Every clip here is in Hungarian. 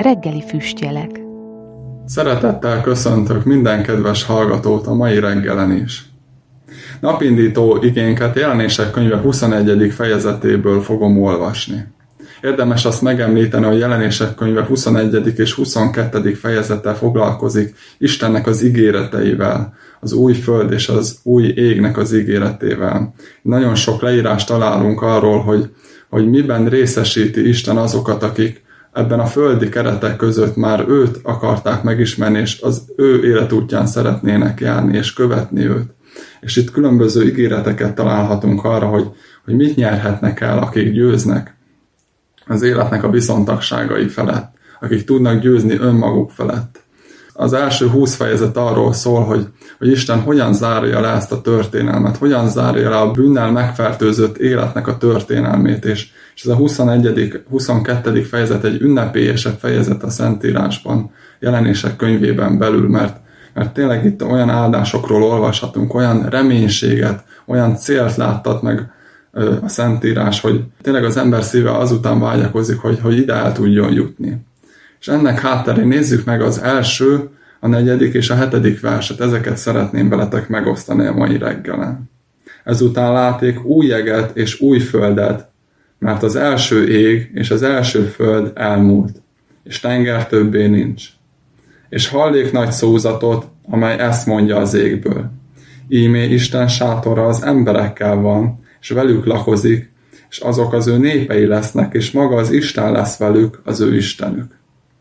Reggeli füstjelek. Szeretettel köszöntök minden kedves hallgatót a mai reggelen is. Napindító igénket Jelenések könyve 21. fejezetéből fogom olvasni. Érdemes azt megemlíteni, hogy Jelenések könyve 21. és 22. fejezete foglalkozik Istennek az ígéreteivel, az új föld és az új égnek az ígéretével. Nagyon sok leírást találunk arról, hogy miben részesíti Isten azokat, akik ebben a földi keretek között már őt akarták megismerni, és az ő életútján szeretnének járni, és követni őt. És itt különböző ígéreteket találhatunk arra, hogy mit nyerhetnek el, akik győznek az életnek a viszontagságai felett, akik tudnak győzni önmaguk felett. Az első 20 fejezet arról szól, hogy Isten hogyan zárja le ezt a történelmet, hogyan zárja le a bűnnel megfertőzött életnek a történelmét, és ez a 21. 22. fejezet egy ünnepélyesebb fejezet a Szentírásban, Jelenések könyvében belül, mert tényleg itt olyan áldásokról olvashatunk, olyan reménységet, olyan célt láttat meg a Szentírás, hogy tényleg az ember szíve azután vágyakozik, hogy ide el tudjon jutni. És ennek hátterén nézzük meg az első, a 4. és a 7. verset, ezeket szeretném veletek megosztani a mai reggelen. Ezután láték új jeget és új földet, mert az első ég és az első föld elmúlt, és tenger többé nincs. És hallék nagy szózatot, amely ezt mondja az égből. Íme Isten sátora az emberekkel van, és velük lakozik, és azok az ő népei lesznek, és maga az Isten lesz velük, az ő Istenük.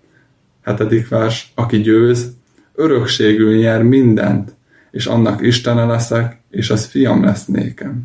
7. vers, aki győz, örökségül nyer mindent, és annak Istene leszek, és az fiam lesz nékem.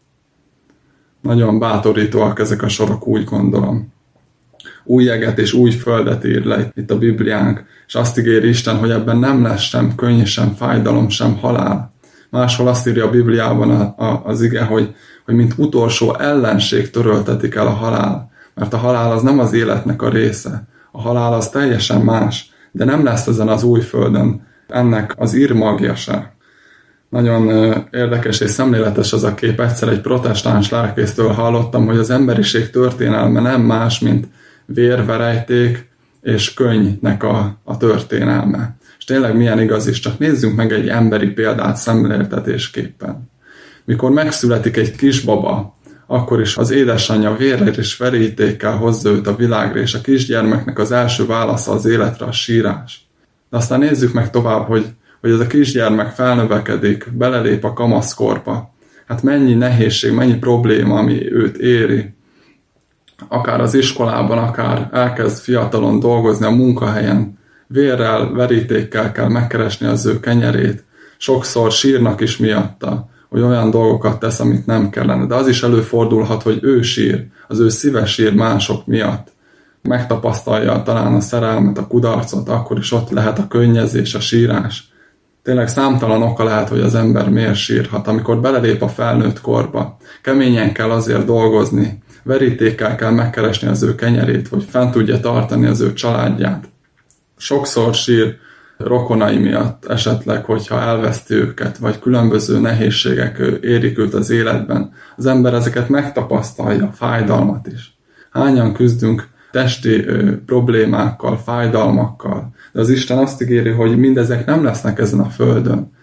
Nagyon bátorítóak ezek a sorok, úgy gondolom. Új jeget és új földet ír le itt a Bibliánk, és azt ígéri Isten, hogy ebben nem lesz sem könny, sem fájdalom, sem halál. Máshol azt írja a Bibliában az ige, hogy mint utolsó ellenség töröltetik el a halál, mert a halál az nem az életnek a része. A halál az teljesen más, de nem lesz ezen az új földön ennek az írmagja se. Nagyon érdekes és szemléletes az a kép. Egyszer egy protestáns lelkésztől hallottam, hogy az emberiség történelme nem más, mint vérverejték és könnynek a történelme. És tényleg milyen igaz is, csak nézzünk meg egy emberi példát szemléltetésképpen. Mikor megszületik egy kisbaba, akkor is az édesanyja vérrel és verítékkel hozza őt a világra, és a kisgyermeknek az első válasza az életre a sírás. De aztán nézzük meg tovább, hogy ez a kisgyermek felnövekedik, belelép a kamaszkorba. Hát mennyi nehézség, mennyi probléma, ami őt éri. Akár az iskolában, akár elkezd fiatalon dolgozni a munkahelyen, vérrel, verítékkel kell megkeresni az ő kenyerét. Sokszor sírnak is miatta, hogy olyan dolgokat tesz, amit nem kellene. De az is előfordulhat, hogy ő sír, az ő szíve sír mások miatt. Megtapasztalja talán a szerelmet, a kudarcot, akkor is ott lehet a könnyezés, a sírás. Tényleg számtalan oka lehet, hogy az ember miért sírhat, amikor belelép a felnőtt korba. Keményen kell azért dolgozni, verítékkel kell megkeresni az ő kenyerét, hogy fent tudja tartani az ő családját. Sokszor sír rokonai miatt esetleg, hogyha elveszti őket, vagy különböző nehézségek érik őt az életben. Az ember ezeket megtapasztalja, fájdalmat is. Hányan küzdünk testi problémákkal, fájdalmakkal, de az Isten azt ígéri, hogy mindezek nem lesznek ezen a földön.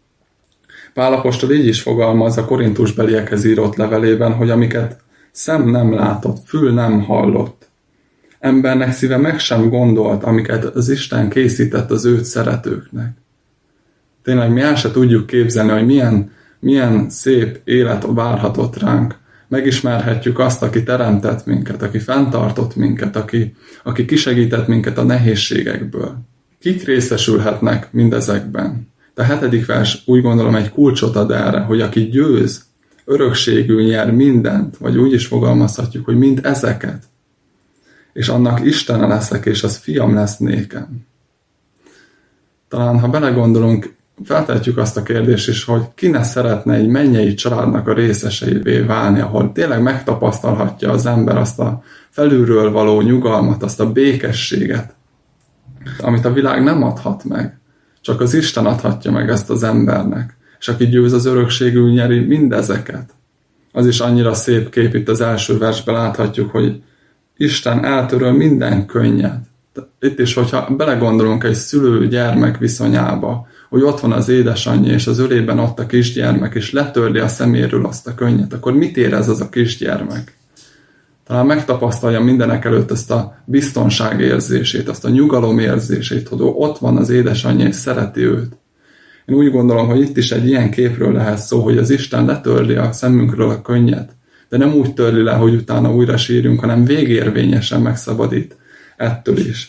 Pál apostol így is fogalmaz a korintusbeliekhez írott levelében, hogy amiket szem nem látott, fül nem hallott, embernek szíve meg sem gondolt, amiket az Isten készített az őt szeretőknek. Tényleg mi el se tudjuk képzelni, hogy milyen szép élet várhatott ránk. Megismerhetjük azt, aki teremtett minket, aki fenntartott minket, aki kisegített minket a nehézségekből. Kik részesülhetnek mindezekben? A 7. vers úgy gondolom egy kulcsot ad erre, hogy aki győz, örökségül nyer mindent, vagy úgy is fogalmazhatjuk, hogy mind ezeket. És annak Istene leszek, és az fiam lesz nékem. Talán, ha belegondolunk, feltehetjük azt a kérdést is, hogy ki ne szeretne egy mennyei családnak a részeseivé válni, ahol tényleg megtapasztalhatja az ember azt a felülről való nyugalmat, azt a békességet, amit a világ nem adhat meg. Csak az Isten adhatja meg ezt az embernek. És aki győz, az örökségül nyeri mindezeket. Az is annyira szép kép, itt az első versben láthatjuk, hogy Isten eltöröl minden könnyet. Itt is, hogyha belegondolunk egy szülő-gyermek viszonyába, hogy ott van az édesanyja, és az ölében ott a kisgyermek, és letörli a szeméről azt a könnyet, akkor mit érez az a kisgyermek? Talán megtapasztalja mindenek előtt ezt a biztonság érzését, azt a nyugalom érzését, hogy ott van az édesanyja, és szereti őt. Én úgy gondolom, hogy itt is egy ilyen képről lehet szó, hogy az Isten letörli a szemünkről a könnyet, de nem úgy törli le, hogy utána újra sírjunk, hanem végérvényesen megszabadít ettől is.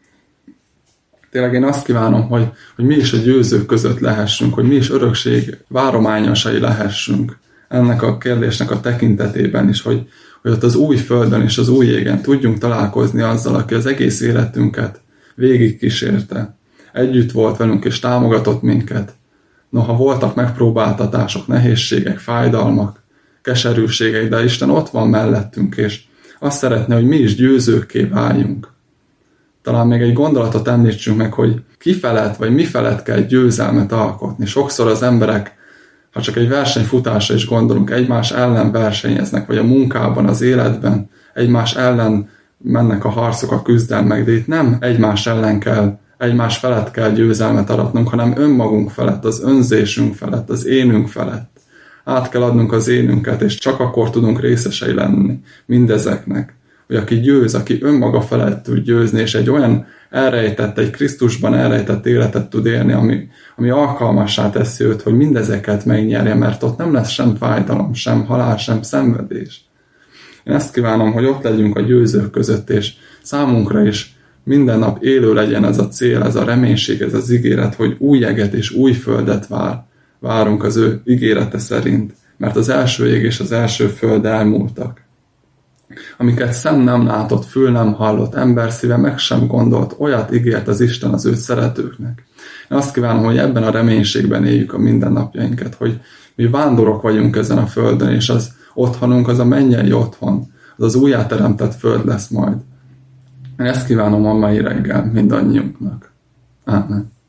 Tényleg én azt kívánom, hogy mi is a győzők között lehessünk, hogy mi is örökség várományosai lehessünk ennek a kérdésnek a tekintetében is, hogy ott az új földön és az új égen tudjunk találkozni azzal, aki az egész életünket végigkísérte. Együtt volt velünk és támogatott minket. Noha voltak megpróbáltatások, nehézségek, fájdalmak, keserűségek, de Isten ott van mellettünk, és azt szeretné, hogy mi is győzőkké váljunk. Talán még egy gondolatot említsünk meg, hogy ki felett vagy mi felett kell győzelmet alkotni. Sokszor az emberek, ha csak egy versenyfutásra is gondolunk, egymás ellen versenyeznek, vagy a munkában, az életben, egymás ellen mennek a harcok, a küzdelmek, de itt nem egymás ellen kell, egymás felett kell győzelmet aratnunk, hanem önmagunk felett, az önzésünk felett, az énünk felett. Át kell adnunk az énünket, és csak akkor tudunk részesei lenni mindezeknek. Hogy aki győz, aki önmaga felett tud győzni, és egy olyan elrejtett, egy Krisztusban elrejtett életet tud élni, ami alkalmassá teszi őt, hogy mindezeket megnyerje, mert ott nem lesz sem fájdalom, sem halál, sem szenvedés. Én ezt kívánom, hogy ott legyünk a győzők között, és számunkra is minden nap élő legyen ez a cél, ez a reménység, ez az ígéret, hogy új eget és új földet várunk az ő ígérete szerint, mert az első ég és az első föld elmúltak. Amiket szem nem látott, fül nem hallott, ember szíve meg sem gondolt, olyat ígért az Isten az őt szeretőknek. Én azt kívánom, hogy ebben a reménységben éljük a mindennapjainkat, hogy mi vándorok vagyunk ezen a földön, és az otthonunk az a mennyei otthon, az az újjáteremtett föld lesz majd. Én ezt kívánom a mai reggel mindannyiunknak. Ámen.